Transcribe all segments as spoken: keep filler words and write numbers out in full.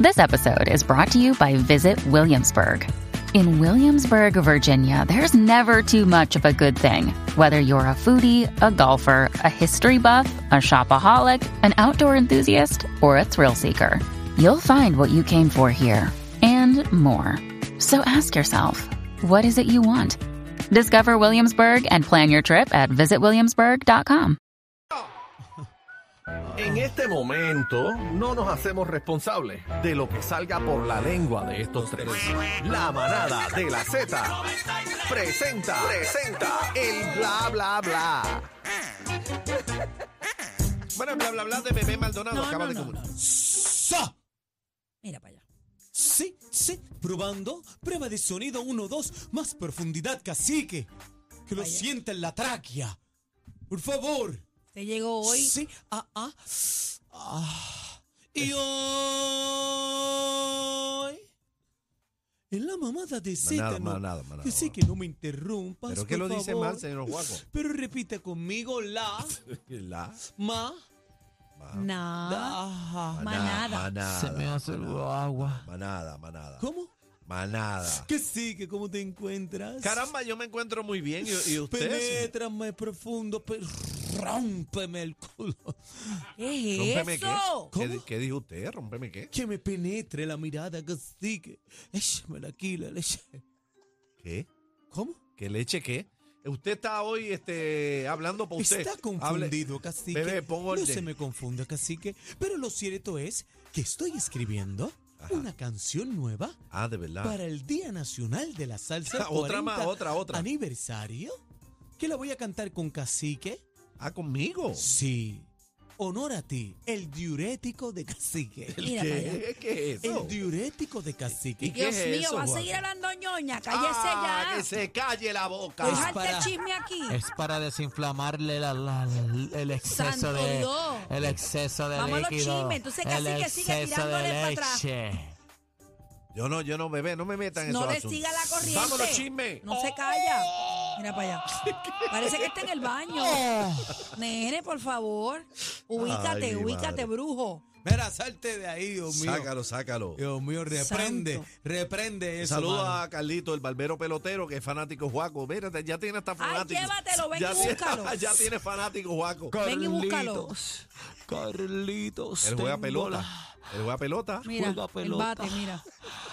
This episode is brought to you by Visit Williamsburg. In Williamsburg, Virginia, there's never too much of a good thing. Whether you're a foodie, a golfer, a history buff, a shopaholic, an outdoor enthusiast, or a thrill seeker, you'll find what you came for here and more. So ask yourself, what is it you want? Discover Williamsburg and plan your trip at visit williamsburg dot com. En este momento no nos hacemos responsables de lo que salga por la lengua de estos tres. La manada de la Z presenta, presenta el bla bla bla. Bueno, el bla bla bla de Bebé Maldonado No, acaba no, de no, comunicar. no. ¡Sa! Mira para allá. Sí, sí, probando. Prueba de sonido uno, dos. Más profundidad, cacique. Que lo Vaya. sienta en la tráquea. Por favor. Usted llegó hoy. Sí, ah, ah. ah. Y hoy. En la mamada de Z. Manada, no, manada, manada. que sí, que no me interrumpas. ¿Pero qué por lo dice favor. mal, señor Juaco? Pero repite conmigo la, La ma, Nada. da. Manada. manada. Se me hace el agua. Manada, manada. ¿Cómo? Manada. Que sí, que cómo te encuentras. Caramba, yo me encuentro muy bien. ¿Y, y usted? Penétrame profundo, pe- rómpeme el culo. ¿Qué es ¿Rómpeme eso? qué? ¿Cómo? ¿Qué, ¿Qué dijo usted? ¿Rómpeme qué? Que me penetre la mirada, cacique. Échamela aquí, la leche. ¿Qué? ¿Cómo? ¿Qué leche qué? Usted está hoy este, hablando por usted. Está confundido, cacique. Bebé, pon no orden. se me confunda, cacique. Pero lo cierto es que estoy escribiendo Ajá. una canción nueva Ah, de verdad. para el Día Nacional de la Salsa. Otra más, cuarenta otra, otra. Aniversario. Que la voy a cantar con cacique. Ah, conmigo. Sí. Honor a ti, el diurético de cacique. ¿El Mira para allá. qué? ¿Qué es eso? El diurético de cacique. ¿Y qué Dios es mío, eso, va a Juan? seguir hablando ñoña. Cállese Ah, ya. que se calle la boca. Dejarte el para- chisme aquí. Es para desinflamarle la- la- la- el exceso Santo de Dios. el exceso de Vamos a los líquido. chismes, entonces el cacique sigue exceso tirándole de para atrás. leche. Yo no, yo no, bebé, no me metan en No esos le asuntos. siga la corriente. Vámonos, chisme. No se calla. Mira para allá. Parece que está en el baño. Nene, por favor. Ubícate, Ay, mi ubícate, madre. brujo. Mira, salte de ahí, Dios mío. Sácalo, sácalo. Dios mío, reprende, Santo. reprende eso. Saludos mano. a Carlito, el barbero pelotero, que es fanático Juaco. Mírate, ya tiene hasta Ay, fanático. llévatelo, ven ya y tiene- búscalo. Ya tiene fanático Juaco. Ven y búscalo. Carlitos, Carlitos. Él juega tengo pelota. la- Él juega pelota. Mira, Juega el pelota. bate, mira.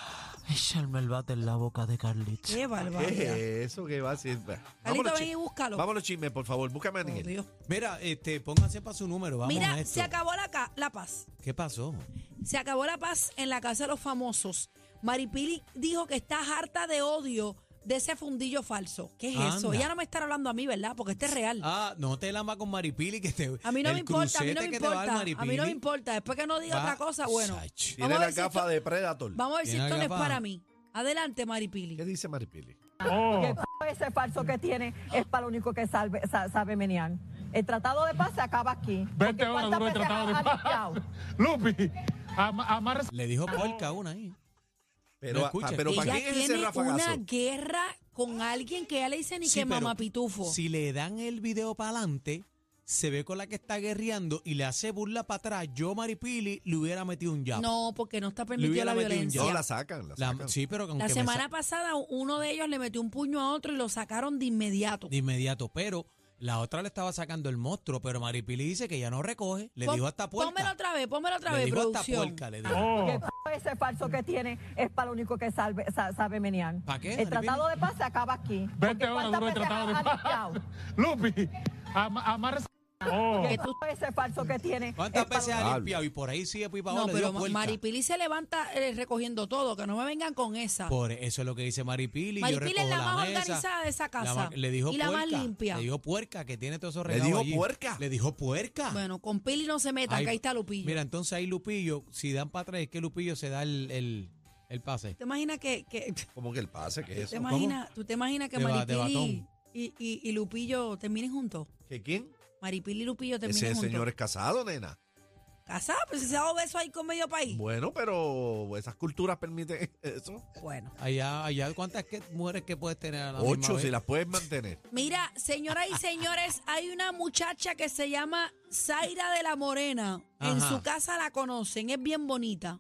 Échame el bate en la boca de Carlitos. Qué barbaridad. ¿Qué es eso que va a decir? Carlito, ven y búscalo. Vámonos, chisme, por favor. Búscame a Oh, Miguel. Dios. Mira, este, póngase para su número, vamos a Mira, esto. se acabó la, ca- la paz. ¿Qué pasó? Se acabó la paz en la casa de los famosos. Maripili dijo que está harta de odio de ese fundillo falso. ¿Qué es eso? Anda. Ella no me está hablando a mí, ¿verdad? Porque este es real. Ah, no te lama con Maripili que te A mí no el me importa, a mí no me crucete que te va a dar importa. A mí no me Maripili importa. Después que no diga va- otra cosa, bueno. Sach. Tiene Vamos a la ver si gafa esto- de Predator. Vamos a ver si Tiene esto no es gafa. para mí. Adelante, Maripili. ¿Qué dice Maripili? Que ese falso que tiene es para lo único que salve- sa- sabe menear. El tratado de paz se acaba aquí. veinte Porque horas ¿cuántas duró el veces tratado de ha- ha paz. limpiado? Lupi, am- amarra Le dijo puerca una ahí. Pero, No, ah, escucha. pero ¿para Ella quién es ese tiene rafagazo? una guerra con alguien que ella le dice ni Sí, que pero mamá pitufo. Si le dan el video para adelante, se ve con la que está guerreando y le hace burla para atrás. Yo, Maripili, le hubiera metido un jab. No, porque no está Le permitida hubiera la metido un violencia. No, la sacan, la La- sacan. sí, pero aunque La me semana sa- pasada uno de ellos le metió un puño a otro y lo sacaron de inmediato. de inmediato, pero la otra le estaba sacando el monstruo, pero Maripili dice que ya no recoge. Le Pon- dijo hasta puerca. Pónmelo otra vez, pónmelo otra Le vez, dijo hasta producción. puerca, le dijo. Que ese falso que tiene es para lo único que salve- sa- sabe menear. ¿Pa qué, El Maripili? tratado de paz se acaba aquí. veinte Porque horas ¿cuántas duró el veces tratado de ha- ha paz. limpiado? Lupi, am- amarra Que tú ese falso que tiene ¿Cuántas es para veces lo- ha limpiado? Y por ahí sigue pues, para No, abajo, le pero dio puerca. Maripili se levanta eh, recogiendo todo, que no me vengan con esa. Por eso es lo que dice Maripili. Maripili yo es recojo la más mesa. organizada de esa La casa. ma- le dijo y la puerca. más limpia. Le dijo puerca, que tiene todos esos ¿Le regalos dijo allí. puerca? Le dijo puerca. Bueno, con Pili no se metan, Ahí- que ahí está Lupillo. Mira, entonces ahí Lupillo, si dan para atrás, es que Lupillo se da el, el, el pase. ¿Te imaginas que, que ¿Cómo que el pase? ¿Qué es ¿te eso? imaginas, tú te imaginas que De ba- de Maripili batón. y, y, y Lupillo terminen juntos? ¿Que quién? Maripili y Lupillo terminen Ese juntos. señor es casado, nena. Casado, pues si se ha dado beso ahí con medio país. Bueno, pero esas culturas permiten eso. Bueno. Allá, allá, ¿cuántas que- mujeres que puedes tener a la Ocho, misma vez? si las puedes mantener. Mira, señoras y señores, hay una muchacha que se llama Zaira de la Morena. En Ajá. su casa la conocen, es bien bonita.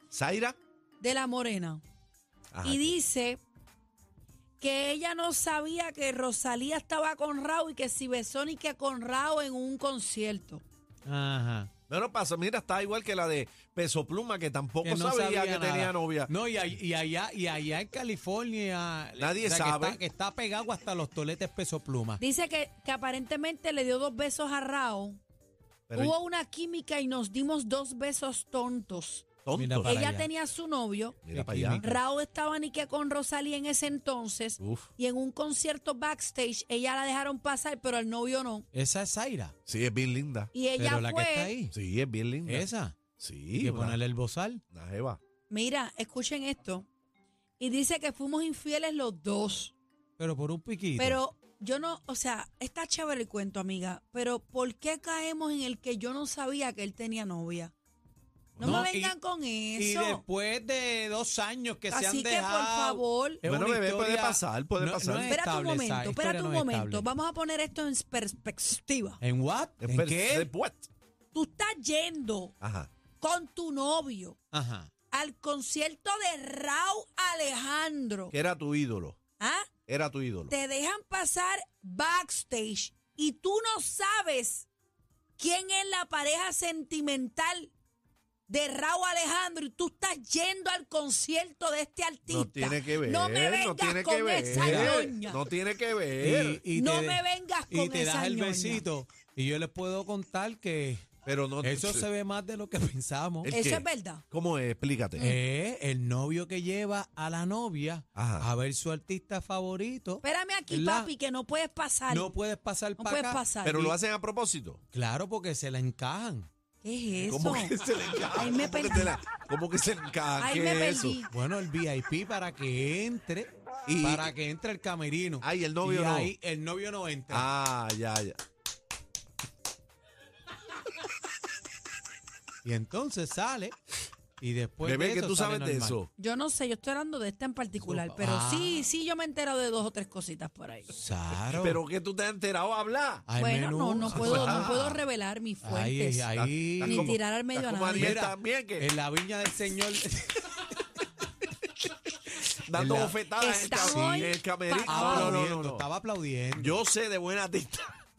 ¿Zaira? de la Morena. Ajá. Y dice que ella no sabía que Rosalía estaba con Raúl y que si besó ni que con Raúl en un concierto. Ajá. Bueno, pasa, mira, está igual que la de Peso Pluma, que tampoco Que no sabía, sabía que nada. tenía novia. No, y, ahí- y allá, y allá en California. Nadie o sea, sabe. Que está, que está pegado hasta los toletes Peso Pluma. Dice que, que aparentemente le dio dos besos a Raúl. Pero Hubo una química y nos dimos dos besos tontos. tonto. Mira para Ella allá. tenía a su novio. Mira Qué para allá. química. Raúl estaba ni que con Rosalía en ese entonces. Uf. Y en un concierto backstage, ella la dejaron pasar, pero al novio no. Esa es Zaira. Sí, es bien linda. Y ella Pero la fue. que está ahí. Sí, es bien linda. Esa. Sí. Hay que una- ponerle el bozal. una jeva. Mira, escuchen esto. Y dice que fuimos infieles los dos. Pero por un piquito. Pero yo no, o sea, está chévere el cuento, amiga. Pero ¿por qué caemos en el que yo no sabía que él tenía novia? No, No, me y- vengan con Y eso. después de dos años que se han Así que, dejado. por favor. es Bueno, una bebé, puede historia- pasar, puede no- pasar. no es Espérate un estable esa momento, historia, espérate un no es momento. estable. Vamos a poner esto en perspectiva. ¿En what? ¿En Pero- qué? what? Tú estás yendo Ajá. con tu novio Ajá. al concierto de Raúl Alejandro. Que era tu ídolo. ¿Ah? Era tu ídolo. Te dejan pasar backstage y tú no sabes quién es la pareja sentimental de Raúl Alejandro y tú estás yendo al concierto de este artista. No tiene que ver. No me vengas no tiene con que ver. esa ñoña. No tiene que ver. Y, y No te, me vengas y con te esa das el ñoña. besito. Y yo les puedo contar que Pero no. eso se ve más de lo que pensamos. ¿El Eso qué? es verdad. ¿Cómo es? Explícate. Eh, el novio que lleva a la novia Ajá. a ver su artista favorito. Espérame aquí, ¿Verdad? papi, que no puedes pasar. No puedes pasar No para puedes acá. pasar. Pero Y- lo hacen a propósito. Claro, porque se la encajan. ¿Qué es eso? ¿Cómo que se le encaja? Ahí me ¿Cómo que perdí. se la- ¿Cómo que se le encaja? Ahí ¿Qué me es eso? perdí. Bueno, el V I P para que entre, Y- para que entre el camerino. Ay, el novio y no. ahí el novio no entra. Ah, ya, ya. Y entonces sale y después Bebé, de que eso tú sale sabes de normal. eso. Yo no sé, yo estoy hablando de esta en particular, pero Ah. sí, sí, yo me he enterado de dos o tres cositas por ahí. Claro. Pero que tú te has enterado a hablar. Hay Bueno, menú. no, no puedo, Ah. no puedo revelar mis fuentes. Ahí, ahí. Estás Ni como- tirar al medio estás a como nadie. Ariel Mira, también, que En la viña del Señor. dando en la- bofetadas en el, Está cam- hoy en el camerino. pa- No, no, no, aplaudiendo, no, no. estaba aplaudiendo. Yo sé de buena tinta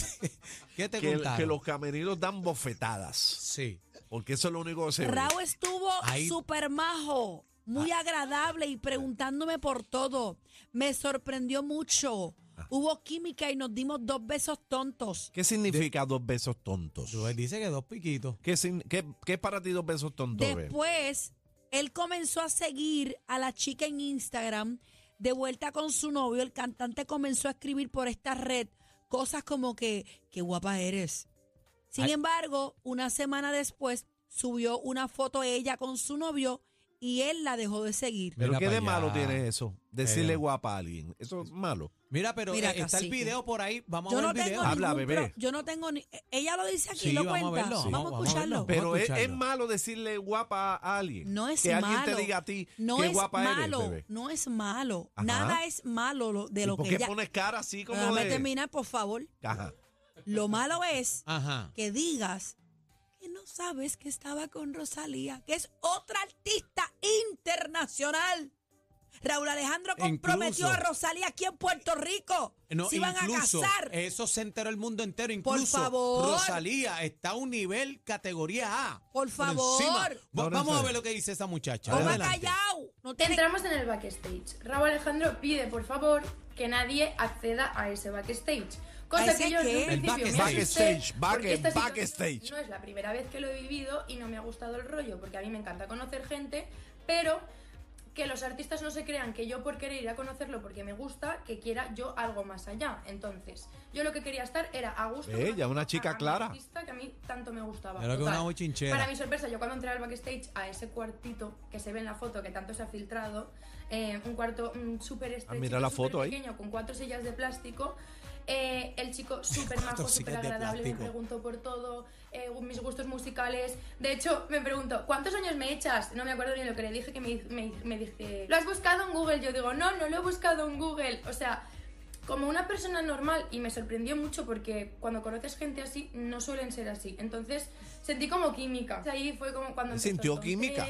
¿Qué te que, contaron? que los camerinos dan bofetadas. Sí. Porque eso es lo único que se ve. Raúl estuvo Ahí- súper majo, muy agradable y preguntándome por todo. Me sorprendió mucho. Hubo química y nos dimos dos besos tontos. ¿Qué significa dos besos tontos? Tú él dice que dos piquitos. ¿Qué, sin- qué- qué es para ti dos besos tontos, bebé? Después, él comenzó a seguir a la chica en Instagram, de vuelta con su novio. El cantante comenzó a escribir por esta red cosas como que, qué guapa eres. Sin Ay. embargo, una semana después, subió una foto de ella con su novio y él la dejó de seguir. ¿Pero Mira qué pa' de allá. malo tiene eso? Decirle Eh. guapa a alguien. Eso es malo. Mira, pero Mira, eh, está el cacique. video por ahí. Vamos Yo a ver no el tengo video. Habla, ningún bebé. pro- yo no tengo ni, ella lo dice aquí, Sí, lo vamos a cuenta. verlo, Vamos, vamos- a vamos a escucharlo. verlo. Pero es, escucharlo. es malo decirle guapa a alguien. No es que malo. alguien te diga a ti no qué es guapa malo, eres, bebé. no es malo. Ajá. Nada es malo lo- de ¿Y lo por que qué ella. pones cara así como Déjame de...? terminar, por favor. Ajá. Lo malo es Ajá. que digas que no sabes que estaba con Rosalía, que es otra artista internacional. Raúl Alejandro comprometió Incluso- a Rosalía aquí en Puerto Rico. No, Se iban a incluso, casar. Eso se enteró el mundo entero. Por Incluso favor. Rosalía está a un nivel categoría A. Por favor. encima. No, Va- no Vamos a sé. ver lo que dice esa muchacha. Toma Adelante. callao. No tiene- Entramos en el backstage. Raúl Alejandro pide, por favor, que nadie acceda a ese backstage. Cosa ¿A ese que yo desde qué? un El principio me backstage. asusté, Backstage, back- porque esta situación backstage. no es la primera vez que lo he vivido y no me ha gustado el rollo, porque a mí me encanta conocer gente, pero que los artistas no se crean que yo por querer ir a conocerlo porque me gusta, que quiera yo algo más allá. Entonces, yo lo que quería estar era a gusto. Ella, conociendo una chica a mi clara. artista que a mí tanto me gustaba. Pero que Total, una bochinchera. Para mi sorpresa, yo cuando entré al backstage, a ese cuartito que se ve en la foto, que tanto se ha filtrado, eh, un cuarto mm, súper estrecho, mira la foto ahí. pequeño, con cuatro sillas de plástico. Eh, el chico súper majo, Cuatro súper sillas de agradable, me plástico. preguntó por todo, eh, mis gustos musicales. De hecho, me preguntó, ¿cuántos años me echas? No me acuerdo ni lo que le dije, que me, me, me dije, ¿lo has buscado en Google? Yo digo, no, no lo he buscado en Google. O sea, como una persona normal, y me sorprendió mucho porque cuando conoces gente así, no suelen ser así. Entonces, sentí como química. Ahí fue como cuando empezó ¿Sintió el química? tonteo,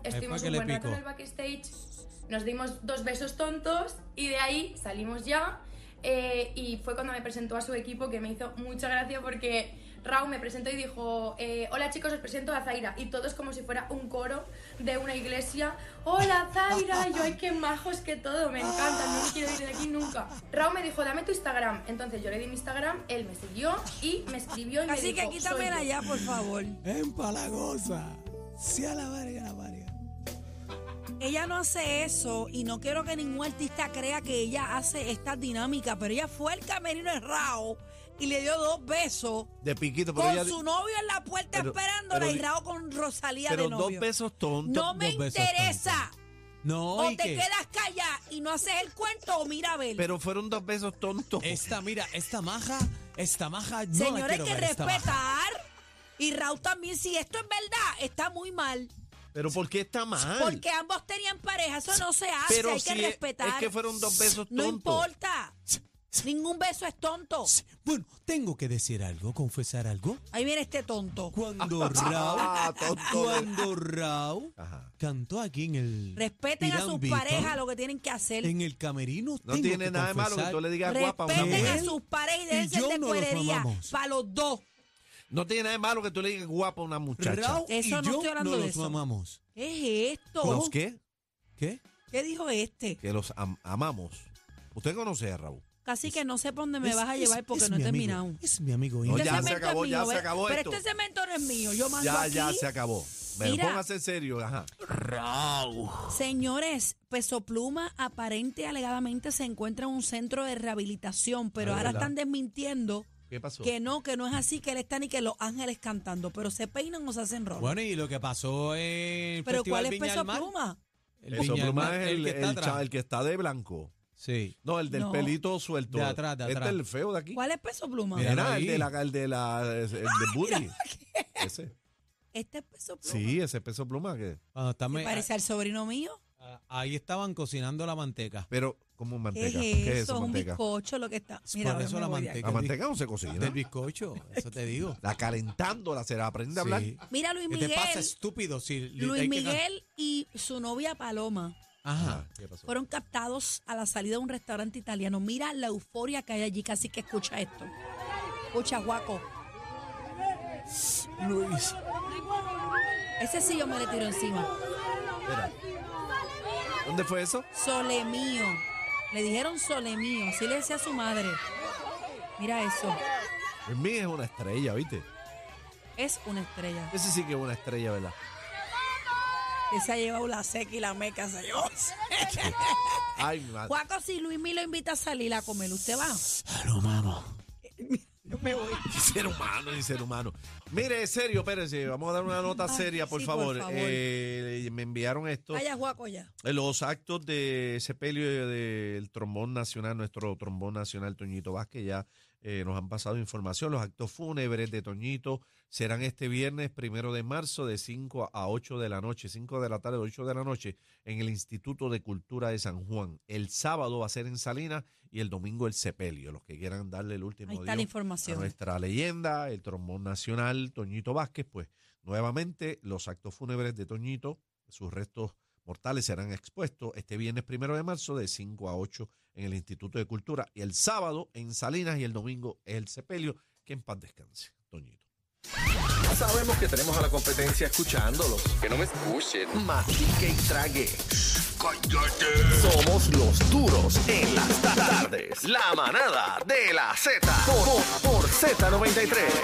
estuvimos fue un que le buen rato en picó. el backstage, nos dimos dos besos tontos y de ahí salimos ya. Eh, y fue cuando me presentó a su equipo, que me hizo mucha gracia porque Raúl me presentó y dijo, eh, hola chicos, os presento a Zaira, y todos como si fuera un coro de una iglesia. Hola Zaira, y yo, ay, qué majos que todo, me encantan, no me quiero ir de aquí nunca. Raúl me dijo, dame tu Instagram, entonces yo le di mi Instagram, él me siguió y me escribió y me Así dijo, que soy quítamela yo. ya, por favor. Empalagosa. Sí a la varga, la varga. Ella no hace eso y no quiero que ningún artista crea que ella hace esta dinámica, pero ella fue al camerino de Rao y le dio dos besos De piquito, pero con ella- su novio en la puerta pero- esperándola pero y di- Rao con Rosalía pero de novio. dos besos tontos. No me dos besos interesa. No, O ¿y te qué? quedas callada y no haces el cuento o mira a ver. Pero fueron dos besos tontos. Esta, mira, esta maja, esta maja, no la Señores, hay quiero que ver, esta maja. respetar. Y Rao también, si esto es verdad, está muy mal. Pero ¿por qué está mal? Porque ambos tenían pareja, eso no se hace, Pero hay si que es- respetar. es que fueron dos besos No tontos. importa. Ningún beso es tonto. Bueno, tengo que decir algo, confesar algo. Ahí viene este tonto. Cuando Rao, Ah, tonto. cuando Rao Ajá. cantó aquí en el Respeten a sus Piran parejas Beacon, lo que tienen que hacer. en el camerino. No tengo tiene que nada de malo que confesar, tú le digas guapa a una Respeten a mujer. sus parejas y Y déjense yo de no los cuerería amamos. para los dos. No tiene nada de malo que tú le digas guapa a una muchacha. Rao Eso y no yo estoy hablando no de los eso. amamos. ¿Qué es esto? ¿Los qué? ¿Qué? ¿Qué dijo este? Que los am- amamos. ¿Usted conoce a Raúl? Casi que no sé por dónde me Es- vas a es- llevar porque es no he mi amigo, terminado. Es mi amigo. No, Este ya se cemento acabó, es ya mío, se ¿ves? acabó Pero esto. este cemento no es mío, yo mando Ya, aquí. ya se acabó. Pero Mira. póngase en serio, ajá. Señores, Peso Pluma aparente y alegadamente se encuentra en un centro de rehabilitación, pero Ah, ahora ¿verdad? están desmintiendo ¿Qué pasó? que no, que no es así, que él está ni que Los Ángeles cantando, pero se peinan o se hacen rol. Bueno, y lo que pasó en el pero Festival ¿cuál es Viña Peso del Mar? Pluma? El Eso Viña del Pluma Mar, es el, que está el atrás. cha- el que está de blanco. Sí. No, el del No. pelito suelto. De atrás, de Este atrás. es el feo de aquí. ¿Cuál es Peso Pluma? Mira. Era ahí. el de la, el de la, el de Booty. Ese. Este es Peso Pluma. Sí, ese peso pluma que. Cuando está ¿Me me- parece al sobrino mío? ah, ahí estaban cocinando la manteca. Pero, como ¿Qué manteca. es ¿Qué es eso? eso, un manteca? bizcocho lo que está. Es Mira, por eso me la voy de manteca. La manteca no se cocina. Del bizcocho, eso te digo. La calentándola, se la aprende a hablar. Sí. aquí. Mira, Luis ¿Qué Miguel. te pasa, estúpido? Si li- Luis hay que- Miguel y su novia Paloma Ajá. ¿Qué pasó? fueron captados a la salida de un restaurante italiano. Mira la euforia que hay allí, casi que escucha esto. Escucha, guaco. Luis. Ese sí yo me le tiro encima. Espera. ¿Dónde fue eso? Sole mío. Le dijeron sole mío. Así le decía a su madre. Mira eso. El mío es una estrella, ¿viste? Es una estrella. Ese sí que es una estrella, ¿verdad? Ese ha llevado la seca y la meca, se llevó. Ay, mi madre. Guaco, si Luis Mí lo invita a salir a comer, ¿usted va? No, mano. Yo me voy. Ni ser humano, ni ser humano. Mire, serio, espérese, vamos a dar una nota Ay, seria, por sí, favor. por favor. Eh, me enviaron esto. Vaya, Guaco, ya. En los actos de sepelio del trombón nacional, nuestro trombón nacional Toñito Vázquez, ya eh, nos han pasado información. Los actos fúnebres de Toñito serán este viernes primero de marzo de cinco a ocho de la noche, cinco de la tarde, ocho de la noche, en el Instituto de Cultura de San Juan. El sábado va a ser en Salinas y el domingo el sepelio. Los que quieran darle el último Ahí está adiós la a información. nuestra leyenda, el trombón nacional Toñito Vázquez, pues nuevamente los actos fúnebres de Toñito, sus restos mortales serán expuestos este viernes primero de marzo de cinco a ocho en el Instituto de Cultura y el sábado en Salinas y el domingo es el sepelio. Que en paz descanse, Toñito. Sabemos que tenemos a la competencia escuchándolos. Que no me escuchen. Mastique y trague. ¡Cállate! Somos los duros en las tardes. La manada de la Z. Por, por, por Z noventa y tres.